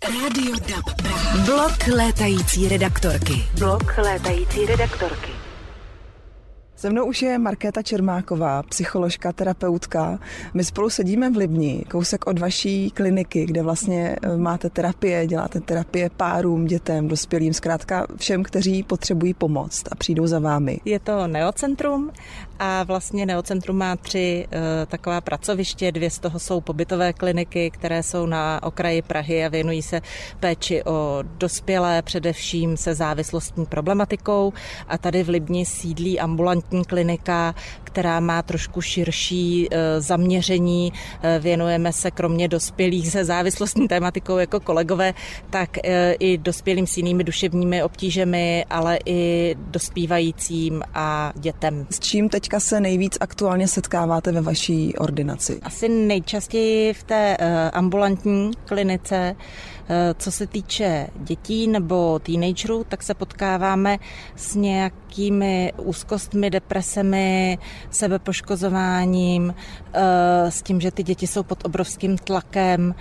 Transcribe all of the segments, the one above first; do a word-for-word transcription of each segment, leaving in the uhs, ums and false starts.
Rádio D A B Praha. Blok létající redaktorky. Blok létající redaktorky. Se mnou už je Markéta Čermáková, psycholožka, terapeutka. My spolu sedíme v Libni, kousek od vaší kliniky, kde vlastně máte terapie, děláte terapie párům, dětem, dospělým, zkrátka všem, kteří potřebují pomoc a přijdou za vámi. Je to Neocentrum a vlastně Neocentrum má tři uh, taková pracoviště, dvě z toho jsou pobytové kliniky, které jsou na okraji Prahy a věnují se péči o dospělé, především se závislostní problematikou, a tady v Libni sídlí ambulantní klinika, která má trošku širší zaměření. Věnujeme se kromě dospělých se závislostní tématikou jako kolegové, tak i dospělým s jinými duševními obtížemi, ale i dospívajícím a dětem. S čím teďka se nejvíc aktuálně setkáváte ve vaší ordinaci? Asi nejčastěji v té ambulantní klinice. Co se týče dětí nebo teenagerů, tak se potkáváme s nějakými úzkostmi, depresemi, sebepoškozováním, s tím, že ty děti jsou pod obrovským tlakem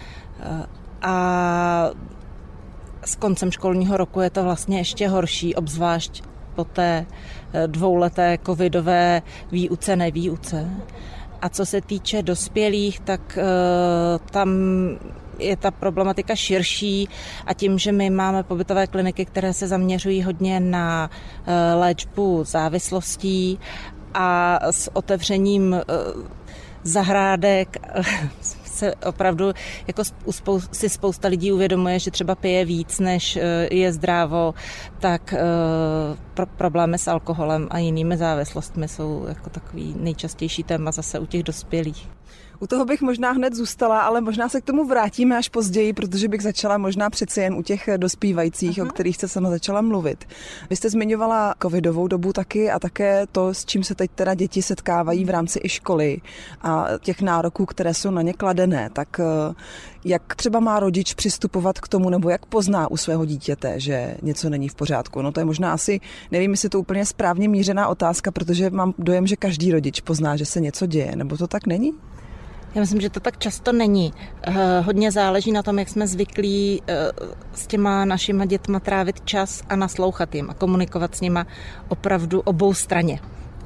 a s koncem školního roku je to vlastně ještě horší, obzvlášť po té dvouleté covidové výuce, nevýuce. A co se týče dospělých, tak tam je ta problematika širší a tím, že my máme pobytové kliniky, které se zaměřují hodně na léčbu závislostí a s otevřením zahrádek se opravdu jako si spousta lidí uvědomuje, že třeba pije víc, než je zdrávo, tak pro problémy s alkoholem a jinými závislostmi jsou jako takový nejčastější téma zase u těch dospělých. U toho bych možná hned zůstala, ale možná se k tomu vrátíme až později, protože bych začala možná přeci jen u těch dospívajících, uh-huh. o kterých jste sama začala mluvit. Vy jste zmiňovala covidovou dobu taky a také to, s čím se teď teda děti setkávají v rámci i školy a těch nároků, které jsou na ně kladené. Tak jak třeba má rodič přistupovat k tomu, nebo jak pozná u svého dítěte, že něco není v pořádku? No to je možná asi, nevím, jestli to úplně správně mířená otázka, protože mám dojem, že každý rodič pozná, že se něco děje, nebo to tak není? Já myslím, že to tak často není. Hodně záleží na tom, jak jsme zvyklí s těma našima dětma trávit čas a naslouchat jim a komunikovat s nima opravdu obou straně.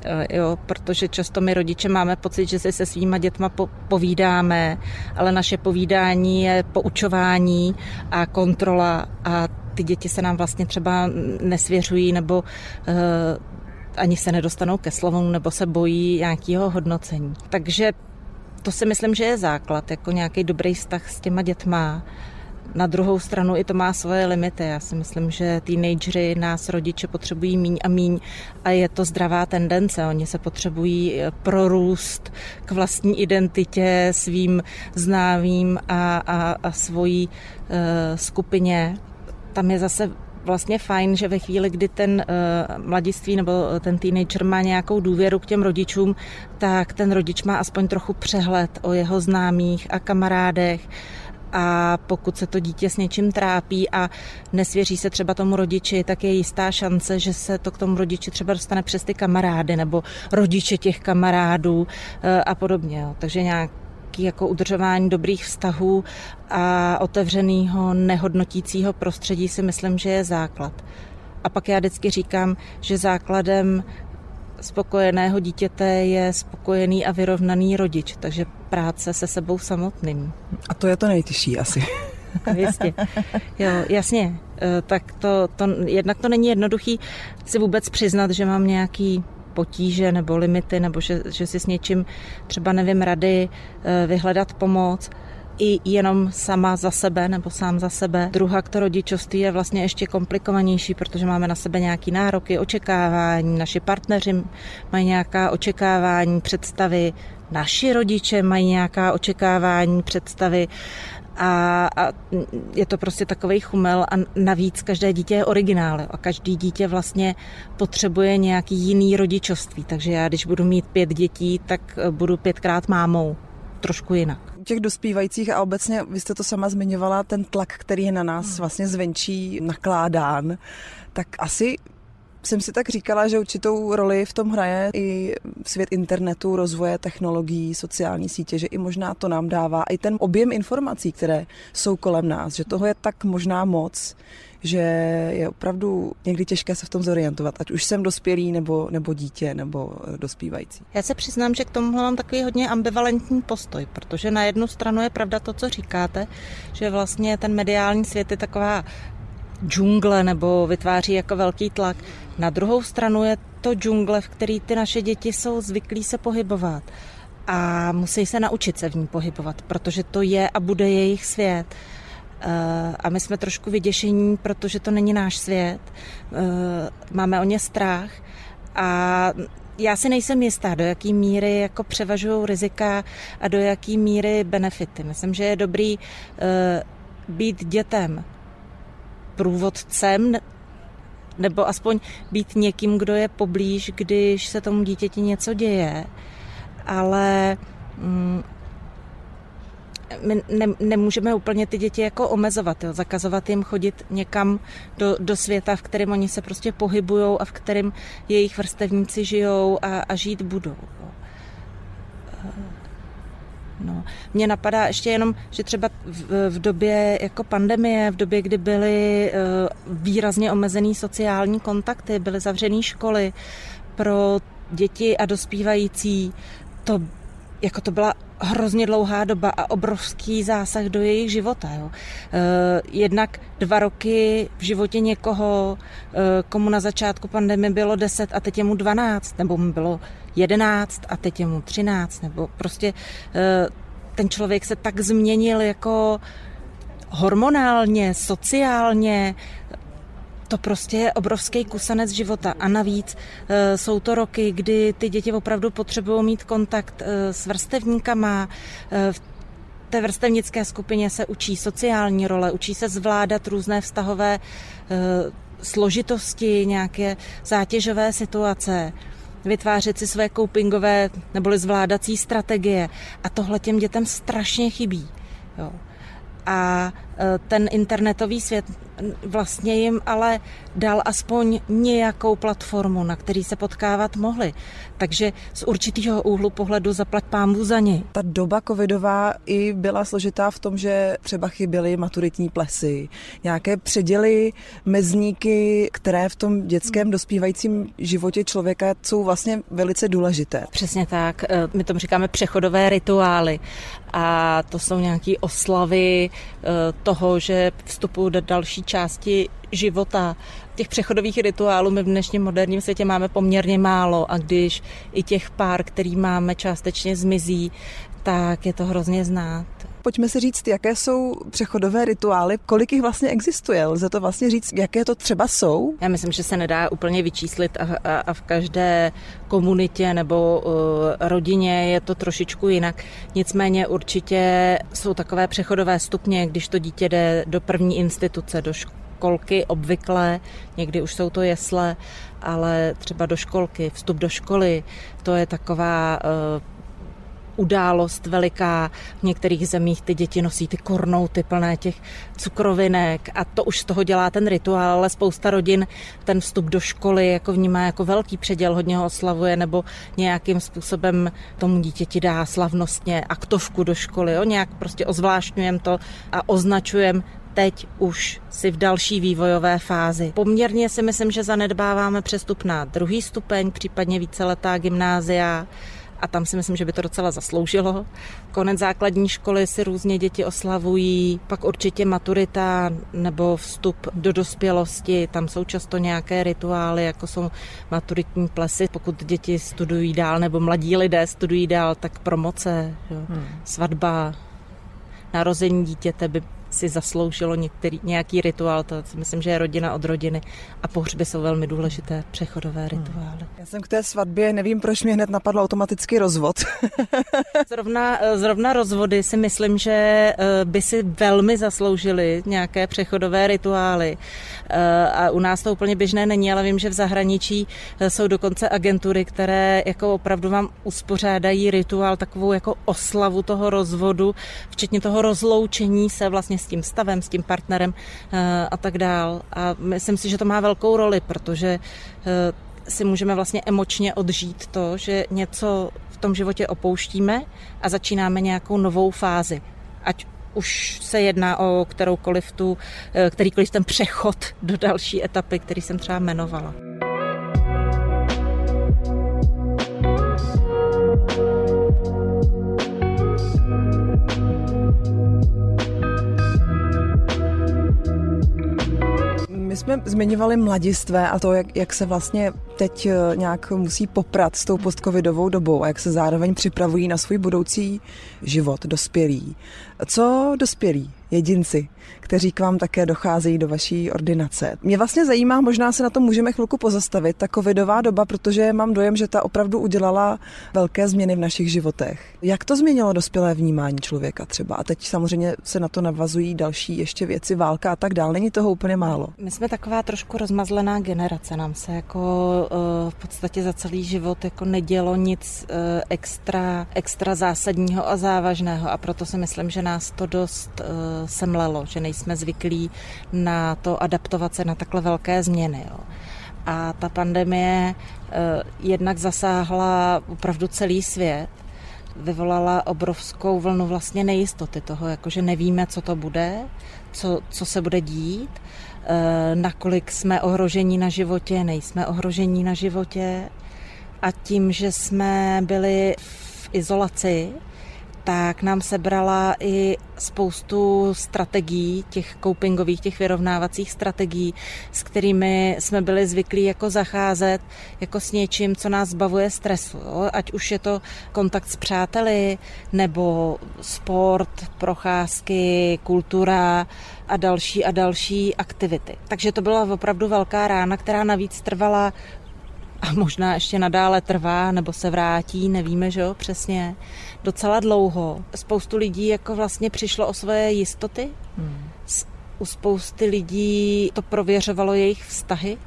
Jo, protože často my rodiče máme pocit, že si se svýma dětma po- povídáme, ale naše povídání je poučování a kontrola a ty děti se nám vlastně třeba nesvěřují nebo uh, ani se nedostanou ke slovům nebo se bojí nějakého hodnocení. Takže to si myslím, že je základ, jako nějaký dobrý vztah s těma dětma. Na druhou stranu i to má svoje limity. Já si myslím, že teenageři nás rodiče potřebují míň a míň a je to zdravá tendence. Oni se potřebují prorůst k vlastní identitě, svým známým a, a, a svojí uh, skupině. Tam je zase vlastně fajn, že ve chvíli, kdy ten uh, mladiství nebo ten teenager má nějakou důvěru k těm rodičům, tak ten rodič má aspoň trochu přehled o jeho známých a kamarádech. A pokud se to dítě s něčím trápí a nesvěří se třeba tomu rodiči, tak je jistá šance, že se to k tomu rodiči třeba dostane přes ty kamarády nebo rodiče těch kamarádů a podobně. Takže nějak jako udržování dobrých vztahů a otevřeného, nehodnotícího prostředí si myslím, že je základ. A pak já vždycky říkám, že základem spokojeného dítěte je spokojený a vyrovnaný rodič, takže práce se sebou samotným. A to je to nejtěžší asi. Jistě. Jo, jasně. Tak to, to, jednak to není jednoduchý si vůbec přiznat, že mám nějaký potíže nebo limity, nebo že, že si s něčím třeba nevím rady, vyhledat pomoc i jenom sama za sebe nebo sám za sebe. Druhak to rodičovství je vlastně ještě komplikovanější, protože máme na sebe nějaké nároky, očekávání, naši partneři mají nějaká očekávání, představy, naši rodiče mají nějaká očekávání, představy a, a je to prostě takovej chumel a navíc každé dítě je originál a každý dítě vlastně potřebuje nějaký jiný rodičovství, takže já když budu mít pět dětí, tak budu pětkrát mámou, trošku jinak. U těch dospívajících a obecně, vy jste to sama zmiňovala, ten tlak, který je na nás vlastně zvenčí nakládán, tak asi Jsem si tak říkala, že určitou roli v tom hraje i svět internetu, rozvoje technologií, sociální sítě, že i možná to nám dává i ten objem informací, které jsou kolem nás, že toho je tak možná moc, že je opravdu někdy těžké se v tom zorientovat, ať už jsem dospělý, nebo, nebo dítě, nebo dospívající. Já se přiznám, že k tomu mám takový hodně ambivalentní postoj, protože na jednu stranu je pravda to, co říkáte, že vlastně ten mediální svět je taková džungle nebo vytváří jako velký tlak. Na druhou stranu je to džungle, v který ty naše děti jsou zvyklí se pohybovat a musí se naučit se v ní pohybovat, protože to je a bude jejich svět. A my jsme trošku vyděšení, protože to není náš svět. Máme o ně strach a já si nejsem jistá, do jaký míry jako převažují rizika a do jaký míry benefity. Myslím, že je dobrý být dětem průvodcem nebo aspoň být někým, kdo je poblíž, když se tomu dítěti něco děje, ale mm, my ne, nemůžeme úplně ty děti jako omezovat, jo, zakazovat jim chodit někam do, do světa, v kterém oni se prostě pohybujou a v kterém jejich vrstevníci žijou a, a žít budou. Jo. No. Mně napadá ještě jenom, že třeba v, v době jako pandemie, v době, kdy byly uh, výrazně omezený sociální kontakty, byly zavřené školy pro děti a dospívající, to, jako to byla hrozně dlouhá doba a obrovský zásah do jejich života. Jo. Uh, jednak dva roky v životě někoho, uh, komu na začátku pandemie bylo deset a teď je mu dvanáct, nebo mu bylo jedenáct a teď je mu třináct, nebo prostě uh, ten člověk se tak změnil jako hormonálně, sociálně. To prostě je obrovský kusanec života a navíc e, jsou to roky, kdy ty děti opravdu potřebují mít kontakt e, s vrstevníkama. E, v té vrstevnické skupině se učí sociální role, učí se zvládat různé vztahové e, složitosti, nějaké zátěžové situace, vytvářet si své copingové neboli zvládací strategie a tohle těm dětem strašně chybí. Jo. A ten internetový svět vlastně jim ale dal aspoň nějakou platformu, na který se potkávat mohli. Takže z určitého úhlu pohledu zaplať pánbůh za něj. Ta doba covidová i byla složitá v tom, že třeba chyběly maturitní plesy, nějaké předěly, mezníky, které v tom dětském dospívajícím životě člověka jsou vlastně velice důležité. Přesně tak. My tomu říkáme přechodové rituály. A to jsou nějaké oslavy toho, že vstupují do další části života. Těch přechodových rituálů my v dnešním moderním světě máme poměrně málo a když i těch pár, který máme, částečně zmizí, tak je to hrozně znát. Pojďme si říct, jaké jsou přechodové rituály, kolik jich vlastně existuje. Lze to vlastně říct, jaké to třeba jsou? Já myslím, že se nedá úplně vyčíslit a, a, a v každé komunitě nebo uh, rodině je to trošičku jinak. Nicméně určitě jsou takové přechodové stupně, když to dítě jde do první instituce, do školky obvykle, někdy už jsou to jesle, ale třeba do školky, vstup do školy, to je taková uh, událost veliká. V některých zemích ty děti nosí ty kornouty plné těch cukrovinek a to už z toho dělá ten rituál, ale spousta rodin ten vstup do školy jako vnímá jako velký předěl, hodně ho oslavuje nebo nějakým způsobem tomu dítěti dá slavnostně aktovku do školy, jo? Nějak prostě ozvláštňujeme to a označujeme teď už si v další vývojové fázi. Poměrně si myslím, že zanedbáváme přestup na druhý stupeň, případně víceletá gymnázia, a tam si myslím, že by to docela zasloužilo. Konec základní školy si různě děti oslavují, pak určitě maturita nebo vstup do dospělosti, tam jsou často nějaké rituály, jako jsou maturitní plesy, pokud děti studují dál nebo mladí lidé studují dál, tak promoce, jo. Hmm. Svatba, narození dítěte by si zasloužilo některý, nějaký rituál, to myslím, že je rodina od rodiny a pohřby jsou velmi důležité přechodové rituály. Já jsem k té svatbě, nevím, proč mě hned napadl automaticky rozvod. zrovna, zrovna rozvody si myslím, že by si velmi zasloužily nějaké přechodové rituály a u nás to úplně běžné není, ale vím, že v zahraničí jsou dokonce agentury, které jako opravdu vám uspořádají rituál, takovou jako oslavu toho rozvodu, včetně toho rozloučení se vlastně s tím stavem, s tím partnerem a tak dál. A myslím si, že to má velkou roli, protože si můžeme vlastně emočně odžít to, že něco v tom životě opouštíme a začínáme nějakou novou fázi. Ať už se jedná o kteroukoliv tu, kterýkoliv ten přechod do další etapy, který jsem třeba jmenovala. My jsme zmiňovali mladistvé a to, jak, jak se vlastně teď nějak musí poprat s tou postcovidovou dobou a jak se zároveň připravují na svůj budoucí život, dospělí. Co dospělí, jedinci, kteří k vám také docházejí do vaší ordinace? Mě vlastně zajímá, možná se na to můžeme chvilku pozastavit, ta covidová doba, protože mám dojem, že ta opravdu udělala velké změny v našich životech. Jak to změnilo dospělé vnímání člověka třeba? A teď samozřejmě se na to navazují další ještě věci, válka a tak dál. Není toho úplně málo. My jsme taková trošku rozmazlená generace. Nám se jako v podstatě za celý život jako nedělo nic extra, extra zásadního a závažného a proto si myslím, že nás to dost semlelo, že nejsme zvyklí na to adaptovat se na takhle velké změny. Jo. A ta pandemie eh, jednak zasáhla opravdu celý svět, vyvolala obrovskou vlnu vlastně nejistoty toho, jakože nevíme, co to bude, co, co se bude dít, eh, nakolik jsme ohrožení na životě, nejsme ohrožení na životě. A tím, že jsme byli v izolaci, tak nám sebrala i spoustu strategií, těch copingových, těch vyrovnávacích strategií, s kterými jsme byli zvyklí jako zacházet jako s něčím, co nás zbavuje stresu. Jo? Ať už je to kontakt s přáteli, nebo sport, procházky, kultura a další a další aktivity. Takže to byla opravdu velká rána, která navíc trvala a možná ještě nadále trvá, nebo se vrátí, nevíme, že jo, přesně, docela dlouho. Spoustu lidí jako vlastně přišlo o své jistoty. Hmm. U spousty lidí to prověřovalo jejich vztahy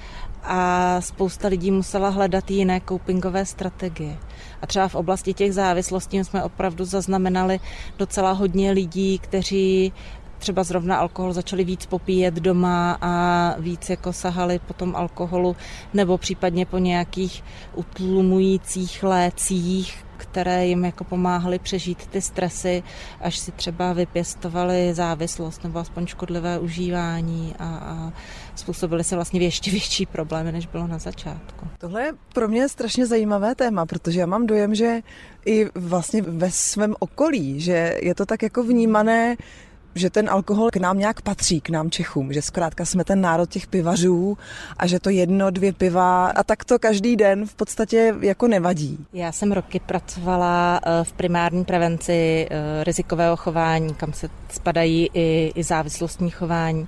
a spousta lidí musela hledat jiné copingové strategie. A třeba v oblasti těch závislostí jsme opravdu zaznamenali docela hodně lidí, kteří třeba zrovna alkohol začali víc popíjet doma a víc jako sahali po tom alkoholu nebo případně po nějakých utlumujících lécích, které jim jako pomáhaly přežít ty stresy, až si třeba vypěstovali závislost nebo aspoň škodlivé užívání a, a způsobili si vlastně ještě větší problémy, než bylo na začátku. Tohle je pro mě strašně zajímavé téma, protože já mám dojem, že i vlastně ve svém okolí, že je to tak jako vnímané, že ten alkohol k nám nějak patří, k nám Čechům, že zkrátka jsme ten národ těch pivařů a že to jedno, dvě piva a tak to každý den v podstatě jako nevadí. Já jsem roky pracovala v primární prevenci rizikového chování, kam se spadají i, i závislostní chování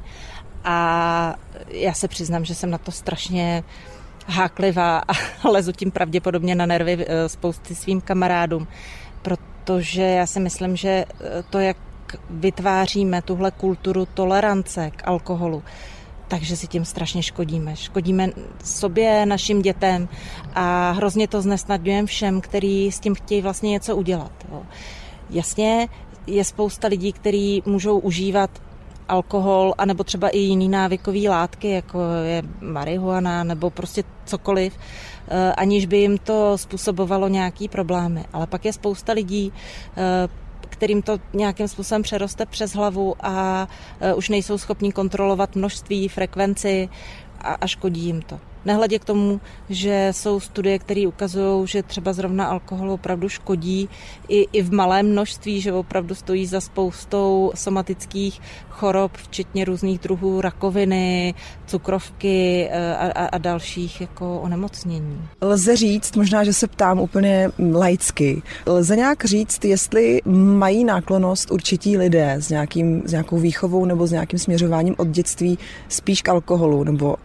a já se přiznám, že jsem na to strašně háklivá a lezu tím pravděpodobně na nervy spousty svým kamarádům, protože já si myslím, že to, jak vytváříme tuhle kulturu tolerance k alkoholu, takže si tím strašně škodíme. Škodíme sobě, našim dětem a hrozně to znesnadňujeme všem, kteří s tím chtějí vlastně něco udělat. Jo. Jasně, je spousta lidí, kteří můžou užívat alkohol anebo třeba i jiný návykový látky, jako je marihuana nebo prostě cokoliv, aniž by jim to způsobovalo nějaký problémy. Ale pak je spousta lidí, kterým to nějakým způsobem přeroste přes hlavu a už nejsou schopni kontrolovat množství, frekvenci a, a škodí jim to. Nehledě k tomu, že jsou studie, které ukazují, že třeba zrovna alkohol opravdu škodí i, i v malém množství, že opravdu stojí za spoustou somatických chorob, včetně různých druhů rakoviny, cukrovky a, a, a dalších jako onemocnění. Lze říct, možná, že se ptám úplně laicky, lze nějak říct, jestli mají náklonnost určití lidé s, nějakým, s nějakou výchovou nebo s nějakým směřováním od dětství spíš k alkoholu, nebo ať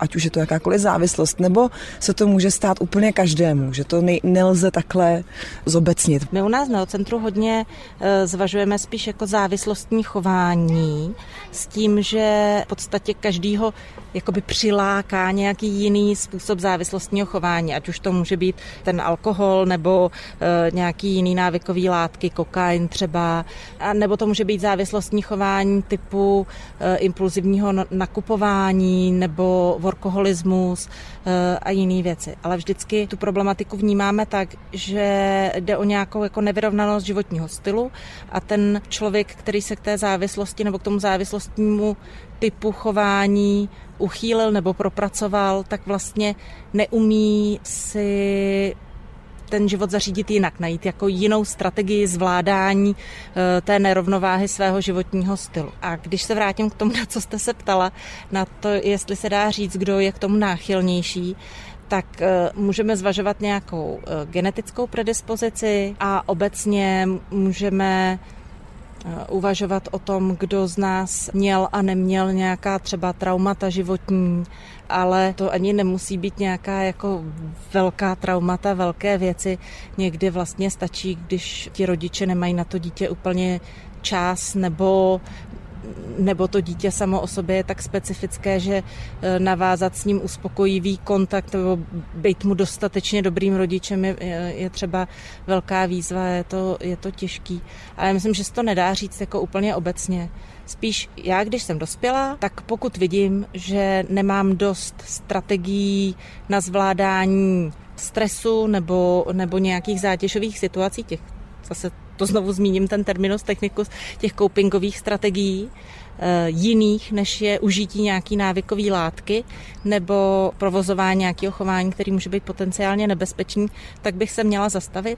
ať už je to jakákoliv závislost, nebo se to může stát úplně každému, že to nej, nelze takhle zobecnit. My u nás na Centru hodně e, zvažujeme spíš jako závislostní chování s tím, že v podstatě každýho jakoby přiláká nějaký jiný způsob závislostního chování, ať už to může být ten alkohol nebo e, nějaký jiný návykový látky, kokain třeba, a nebo to může být závislostní chování typu e, impulzivního nakupování nebo workoholismus e, a jiné věci. Ale vždycky tu problematiku vnímáme tak, že jde o nějakou jako nevyrovnanost životního stylu a ten člověk, který se k té závislosti nebo k tomu závislostnímu typu chování uchýlil nebo propracoval, tak vlastně neumí si ten život zařídit jinak, najít jako jinou strategii zvládání té nerovnováhy svého životního stylu. A když se vrátím k tomu, na co jste se ptala, na to, jestli se dá říct, kdo je k tomu náchylnější, tak můžeme zvažovat nějakou genetickou predispozici a obecně můžeme uvažovat o tom, kdo z nás měl a neměl nějaká třeba traumata životní, ale to ani nemusí být nějaká jako velká traumata, velké věci. Někdy vlastně stačí, když ti rodiče nemají na to dítě úplně čas, nebo nebo to dítě samo o sobě je tak specifické, že navázat s ním uspokojivý kontakt nebo být mu dostatečně dobrým rodičem je, je třeba velká výzva, je to, je to těžký. Ale já myslím, že se to nedá říct jako úplně obecně. Spíš já, když jsem dospěla, tak pokud vidím, že nemám dost strategií na zvládání stresu nebo, nebo nějakých zátěžových situací, těch zase to znovu zmíním, ten terminus technicus, těch copingových strategií, e, jiných, než je užití nějaký návykový látky nebo provozování nějakého chování, který může být potenciálně nebezpečný, tak bych se měla zastavit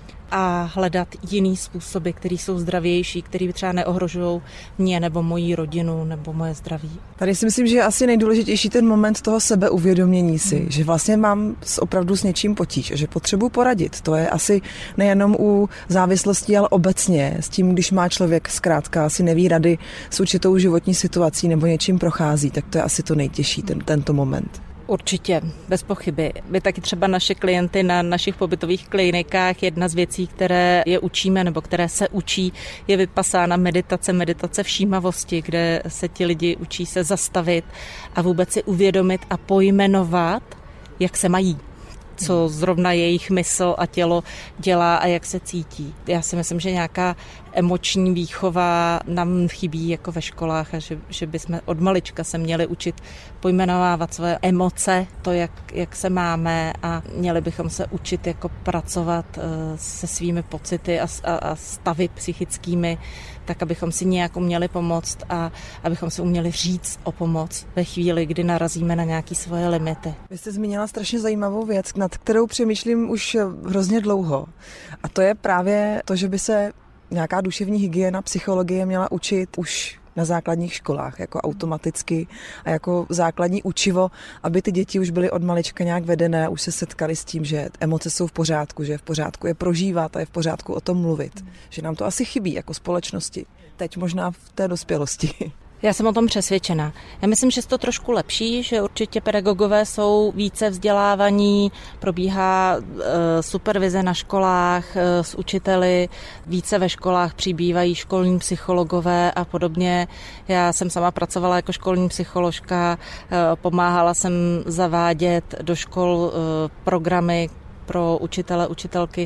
a hledat jiný způsoby, které jsou zdravější, které třeba neohrožují mě nebo moji rodinu nebo moje zdraví. Tady si myslím, že je asi nejdůležitější ten moment toho sebeuvědomění si, hmm. že vlastně mám opravdu s něčím potíž, že potřebuji poradit. To je asi nejenom u závislostí, ale obecně s tím, když má člověk zkrátka asi neví rady s určitou životní situací nebo něčím prochází, tak to je asi to nejtěžší, ten, tento moment. Určitě, bez pochyby. My taky třeba naše klienty na našich pobytových klinikách, jedna z věcí, které je učíme nebo které se učí, je vypasána meditace, meditace všímavosti, kde se ti lidi učí se zastavit a vůbec si uvědomit a pojmenovat, jak se mají, co zrovna jejich mysl a tělo dělá a jak se cítí. Já si myslím, že nějaká emoční výchova nám chybí jako ve školách a že, že bychom od malička se měli učit pojmenovávat své emoce, to, jak, jak se máme a měli bychom se učit jako pracovat uh, se svými pocity a, a, a stavy psychickými, tak abychom si nějak uměli pomoct a abychom si uměli říct o pomoc ve chvíli, kdy narazíme na nějaké svoje limity. Vy jste zmínila strašně zajímavou věc, nad kterou přemýšlím už hrozně dlouho. A to je právě to, že by se nějaká duševní hygiena, psychologie měla učit už na základních školách, jako automaticky a jako základní učivo, aby ty děti už byly od malička nějak vedené, už se setkali s tím, že emoce jsou v pořádku, že je v pořádku je prožívat a je v pořádku o tom mluvit. Že nám to asi chybí jako společnosti. Teď možná v té dospělosti. Já jsem o tom přesvědčena. Já myslím, že je to trošku lepší, že určitě pedagogové jsou více vzdělávaní, probíhá e, supervize na školách e, s učiteli, více ve školách přibývají školní psychologové a podobně. Já jsem sama pracovala jako školní psycholožka, e, pomáhala jsem zavádět do škol e, programy pro učitele, učitelky,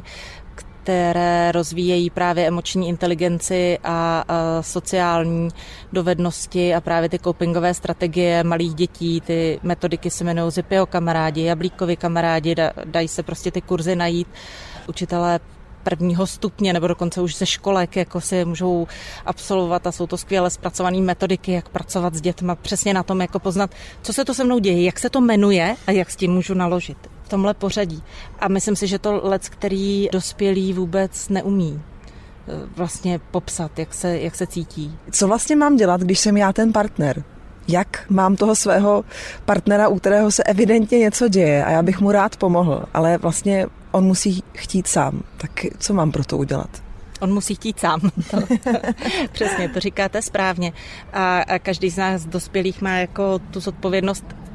které rozvíjejí právě emoční inteligenci a, a sociální dovednosti a právě ty copingové strategie malých dětí. Ty metodiky se jmenují Zippyho kamarádi, Jablíkovi kamarádi, da, dají se prostě ty kurzy najít. Učitelé prvního stupně nebo dokonce už ze školek jako si můžou absolvovat a jsou to skvěle zpracované metodiky, jak pracovat s dětma, přesně na tom, jako poznat, co se to se mnou děje, jak se to jmenuje a jak s tím můžu naložit. V tomhle pořadí. A myslím si, že to lec, který dospělý vůbec neumí vlastně popsat, jak se, jak se cítí. Co vlastně mám dělat, když jsem já ten partner? Jak mám toho svého partnera, u kterého se evidentně něco děje a já bych mu rád pomohl, ale vlastně on musí chtít sám. Tak co mám pro to udělat? On musí chtít sám. To, přesně, to říkáte správně. A, a každý z nás dospělých má jako tu zodpovědnost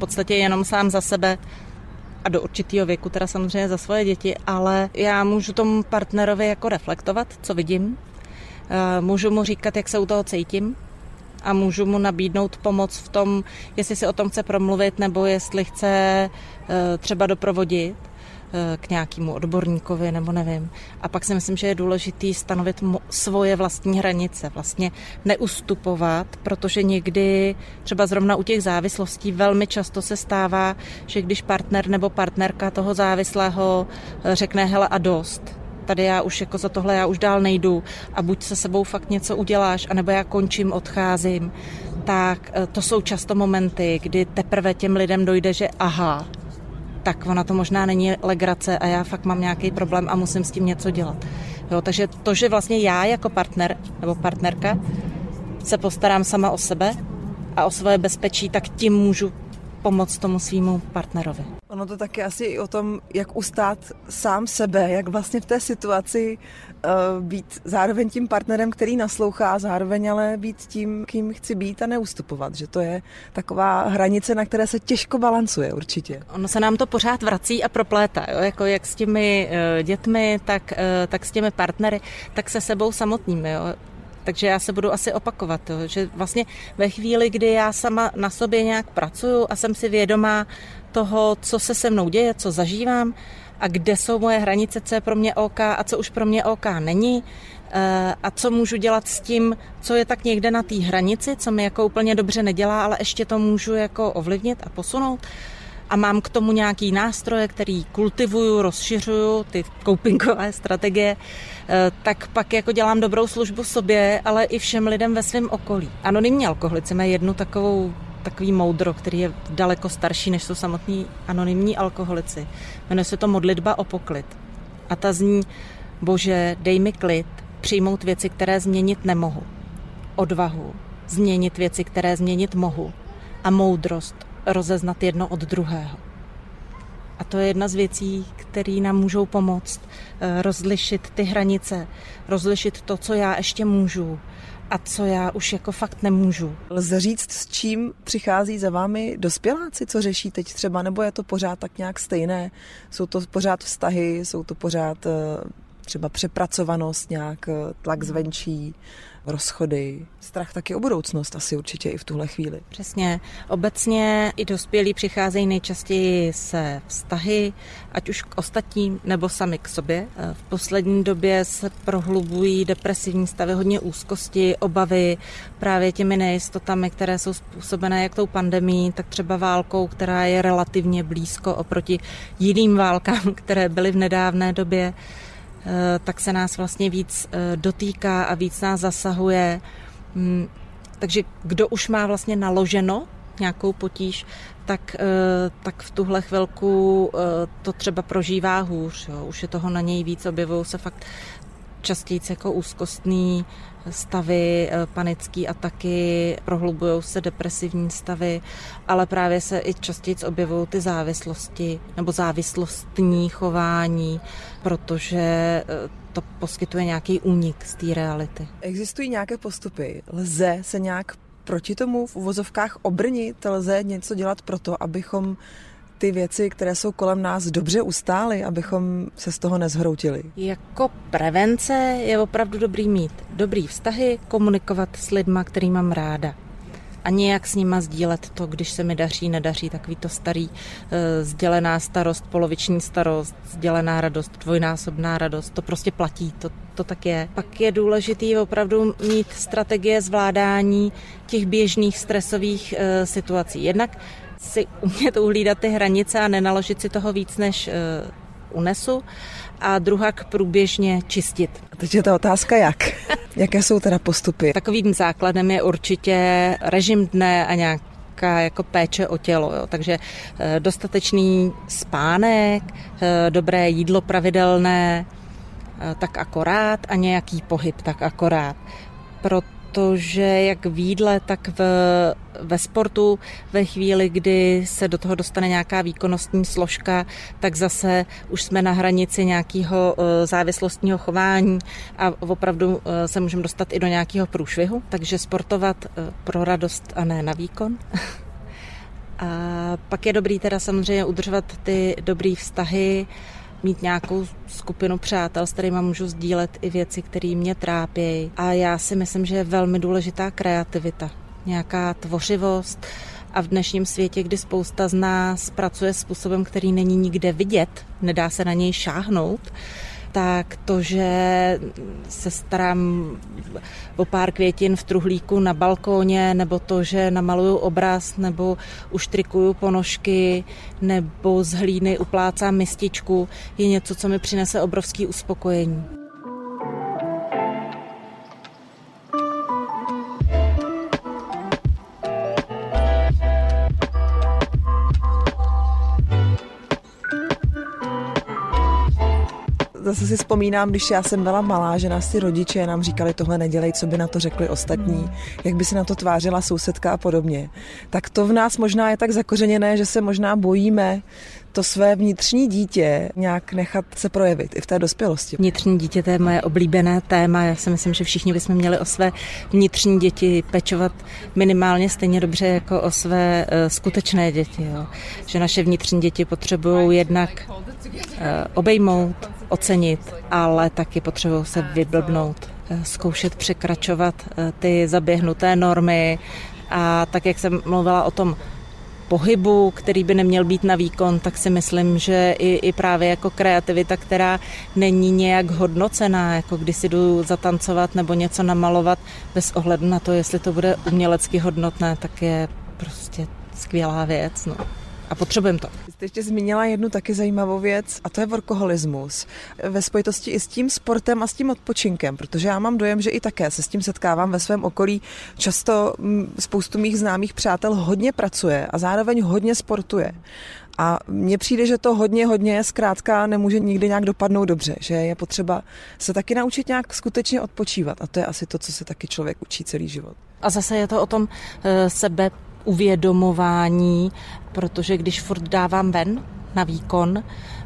podstatě jenom sám za sebe a do určitého věku teda samozřejmě za svoje děti, ale já můžu tomu partnerovi jako reflektovat, co vidím. Můžu mu říkat, jak se u toho cítím a můžu mu nabídnout pomoc v tom, jestli si o tom chce promluvit nebo jestli chce třeba doprovodit k nějakému odborníkovi, nebo nevím. A pak si myslím, že je důležitý stanovit svoje vlastní hranice, vlastně neustupovat, protože někdy třeba zrovna u těch závislostí velmi často se stává, že když partner nebo partnerka toho závislého řekne hele a dost, tady já už jako za tohle já už dál nejdu a buď se sebou fakt něco uděláš, anebo já končím, odcházím, tak to jsou často momenty, kdy teprve těm lidem dojde, že aha, tak ona to možná není legrace a já fakt mám nějaký problém a musím s tím něco dělat. Jo, takže to, že vlastně já jako partner nebo partnerka se postarám sama o sebe a o svoje bezpečí, tak tím můžu pomoct tomu svýmu partnerovi. Ono to taky asi i o tom, jak ustát sám sebe, jak vlastně v té situaci uh, být zároveň tím partnerem, který naslouchá, zároveň ale být tím, kým chci být a neustupovat, že to je taková hranice, na které se těžko balancuje určitě. Ono se nám to pořád vrací a proplétá, jo? Jako jak s těmi uh, dětmi, tak, uh, tak s těmi partnery, tak se sebou samotnými, jo? Takže já se budu asi opakovat, jo, že vlastně ve chvíli, kdy já sama na sobě nějak pracuju a jsem si vědomá toho, co se se mnou děje, co zažívám a kde jsou moje hranice, co je pro mě OK a co už pro mě OK není a co můžu dělat s tím, co je tak někde na té hranici, co mi jako úplně dobře nedělá, ale ještě to můžu jako ovlivnit a posunout. A mám k tomu nějaký nástroje, který kultivuju, rozšiřuju, ty copingové strategie, tak pak jako dělám dobrou službu sobě, ale i všem lidem ve svém okolí. Anonymní alkoholici mají jednu takovou, takový moudro, který je daleko starší, než jsou samotní anonymní alkoholici. Jmenuje se to modlitba o poklid. A ta zní, Bože, dej mi klid, přijmout věci, které změnit nemohu. Odvahu, změnit věci, které změnit mohu. A moudrost, rozeznat jedno od druhého. A to je jedna z věcí, které nám můžou pomoct rozlišit ty hranice, rozlišit to, co já ještě můžu a co já už jako fakt nemůžu. Lze říct, s čím přichází za vámi dospěláci, co řeší teď třeba, nebo je to pořád tak nějak stejné? Jsou to pořád vztahy, jsou to pořád třeba přepracovanost, nějak tlak zvenčí, rozchody, strach taky o budoucnost asi určitě i v tuhle chvíli. Přesně. Obecně i dospělí přicházejí nejčastěji se vztahy, ať už k ostatním nebo sami k sobě. V poslední době se prohlubují depresivní stavy, hodně úzkosti, obavy právě těmi nejistotami, které jsou způsobené jak tou pandemií, tak třeba válkou, která je relativně blízko oproti jiným válkám, které byly v nedávné době. Tak se nás vlastně víc dotýká a víc nás zasahuje. Takže kdo už má vlastně naloženo nějakou potíž, tak, tak v tuhle chvilku to třeba prožívá hůř. Jo. Už je toho na něj víc, objevují se fakt častěji jako úzkostný stavy, panický ataky, prohlubují se depresivní stavy, ale právě se i častěji objevují ty závislosti nebo závislostní chování, protože to poskytuje nějaký únik z té reality. Existují nějaké postupy? Lze se nějak proti tomu v uvozovkách obrnit? Lze něco dělat pro to, abychom ty věci, které jsou kolem nás, dobře ustály, abychom se z toho nezhroutili? Jako prevence je opravdu dobrý mít dobrý vztahy, komunikovat s lidma, který mám ráda. A nějak s nima sdílet to, když se mi daří, nedaří, takový to starý e, sdělená starost, poloviční starost, sdělená radost, dvojnásobná radost, to prostě platí, to, to tak je. Pak je důležitý opravdu mít strategie zvládání těch běžných stresových e, situací. Jednak si umět uhlídat ty hranice a nenaložit si toho víc, než e, unesu. A druhak průběžně čistit. A teď je ta otázka jak? Jaké jsou teda postupy? Takovým základem je určitě režim dne a nějaká jako péče o tělo. Jo. Takže e, dostatečný spánek, e, dobré jídlo pravidelné, e, tak akorát a nějaký pohyb tak akorát. Protože jak v jídle, tak v, ve sportu ve chvíli, kdy se do toho dostane nějaká výkonnostní složka, tak zase už jsme na hranici nějakého závislostního chování a opravdu se můžeme dostat i do nějakého průšvihu. Takže sportovat pro radost a ne na výkon. A pak je dobrý teda samozřejmě udržovat ty dobrý vztahy, mít nějakou skupinu přátel, s kterými můžu sdílet i věci, které mě trápí. A já si myslím, že je velmi důležitá kreativita, nějaká tvořivost. A v dnešním světě, kdy spousta z nás pracuje způsobem, který není nikde vidět, nedá se na něj šáhnout, tak to, že se starám o pár květin v truhlíku na balkóně, nebo to, že namaluju obraz, nebo uštrikuju ponožky, nebo z hlíny uplácám mističku, je něco, co mi přinese obrovský uspokojení. Zase si vzpomínám, když já jsem byla malá, že nás ty rodiče nám říkali, tohle nedělej, co by na to řekli ostatní, jak by si na to tvářila sousedka a podobně. Tak to v nás možná je tak zakořeněné, že se možná bojíme to své vnitřní dítě nějak nechat se projevit i v té dospělosti. Vnitřní dítě, to je moje oblíbené téma. Já si myslím, že všichni bychom měli o své vnitřní děti pečovat minimálně stejně dobře jako o své uh, skutečné děti. Jo. Že naše vnitřní děti potřebují jednak uh, obejmout, ocenit, ale taky potřebují se vyblbnout, uh, zkoušet překračovat uh, ty zaběhnuté normy. A tak, jak jsem mluvila o tom pohybu, který by neměl být na výkon, tak si myslím, že i, i právě jako kreativita, která není nějak hodnocená, jako když si jdu zatancovat nebo něco namalovat, bez ohledu na to, jestli to bude umělecky hodnotné, tak je prostě skvělá věc. No. A potřebujeme to. Jste ještě zmínila jednu taky zajímavou věc a to je workoholismus. Ve spojitosti i s tím sportem a s tím odpočinkem, protože já mám dojem, že i také se s tím setkávám ve svém okolí. Často spoustu mých známých přátel hodně pracuje a zároveň hodně sportuje. A mně přijde, že to hodně, hodně zkrátka nemůže nikdy nějak dopadnout dobře, že je potřeba se taky naučit nějak skutečně odpočívat a to je asi to, co se taky člověk učí celý život. A zase je to o tom sebe uvědomování, protože když furt dávám ven na výkon,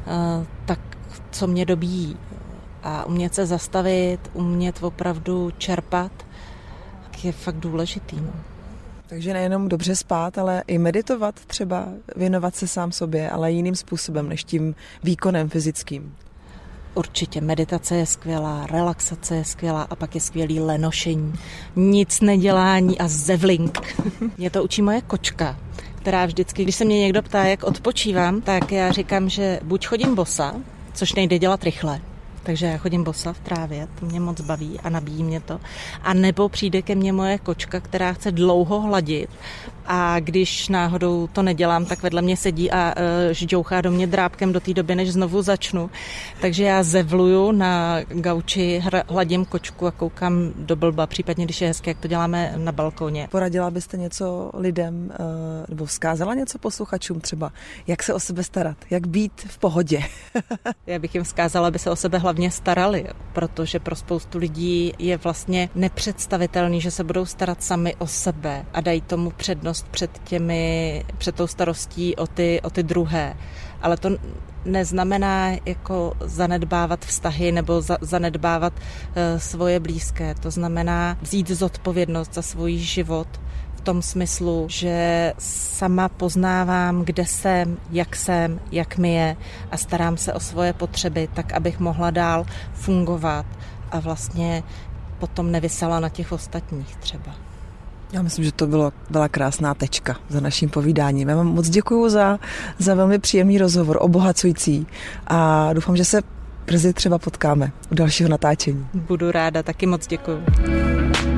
tak co mě dobíjí. A umět se zastavit, umět opravdu čerpat, tak je fakt důležitý. No. Takže nejenom dobře spát, ale i meditovat třeba, věnovat se sám sobě, ale jiným způsobem než tím výkonem fyzickým. Určitě, meditace je skvělá, relaxace je skvělá a pak je skvělý lenošení, nic nedělání a zevlink. Mě to učí moje kočka, která vždycky, když se mě někdo ptá, jak odpočívám, tak já říkám, že buď chodím bosa, což nejde dělat rychle, takže já chodím bosa v trávě, to mě moc baví a nabíjí mě to. A nebo přijde ke mně moje kočka, která chce dlouho hladit a když náhodou to nedělám, tak vedle mě sedí a uh, žďouchá do mě drápkem do té doby, než znovu začnu. Takže já zevluju na gauči, hladím kočku a koukám do blba, případně když je hezké, jak to děláme na balkóně. Poradila byste něco lidem, uh, nebo vzkázala něco posluchačům třeba, jak se o sebe starat, jak být v pohodě? Já bych jim vzkázala, aby se o sebe hlavně starali, protože pro spoustu lidí je vlastně nepředstavitelný, že se budou starat sami o sebe a dají tomu přednost před těmi, před tou starostí o ty, o ty druhé. Ale to neznamená jako zanedbávat vztahy nebo za, zanedbávat uh, svoje blízké. To znamená vzít zodpovědnost za svůj život v tom smyslu, že sama poznávám, kde jsem, jak jsem, jak mi je a starám se o svoje potřeby, tak abych mohla dál fungovat a vlastně potom nevisela na těch ostatních třeba. Já myslím, že to bylo, byla krásná tečka za naším povídáním. Já vám moc děkuju za, za velmi příjemný rozhovor, obohacující a doufám, že se brzy třeba potkáme u dalšího natáčení. Budu ráda, taky moc děkuju.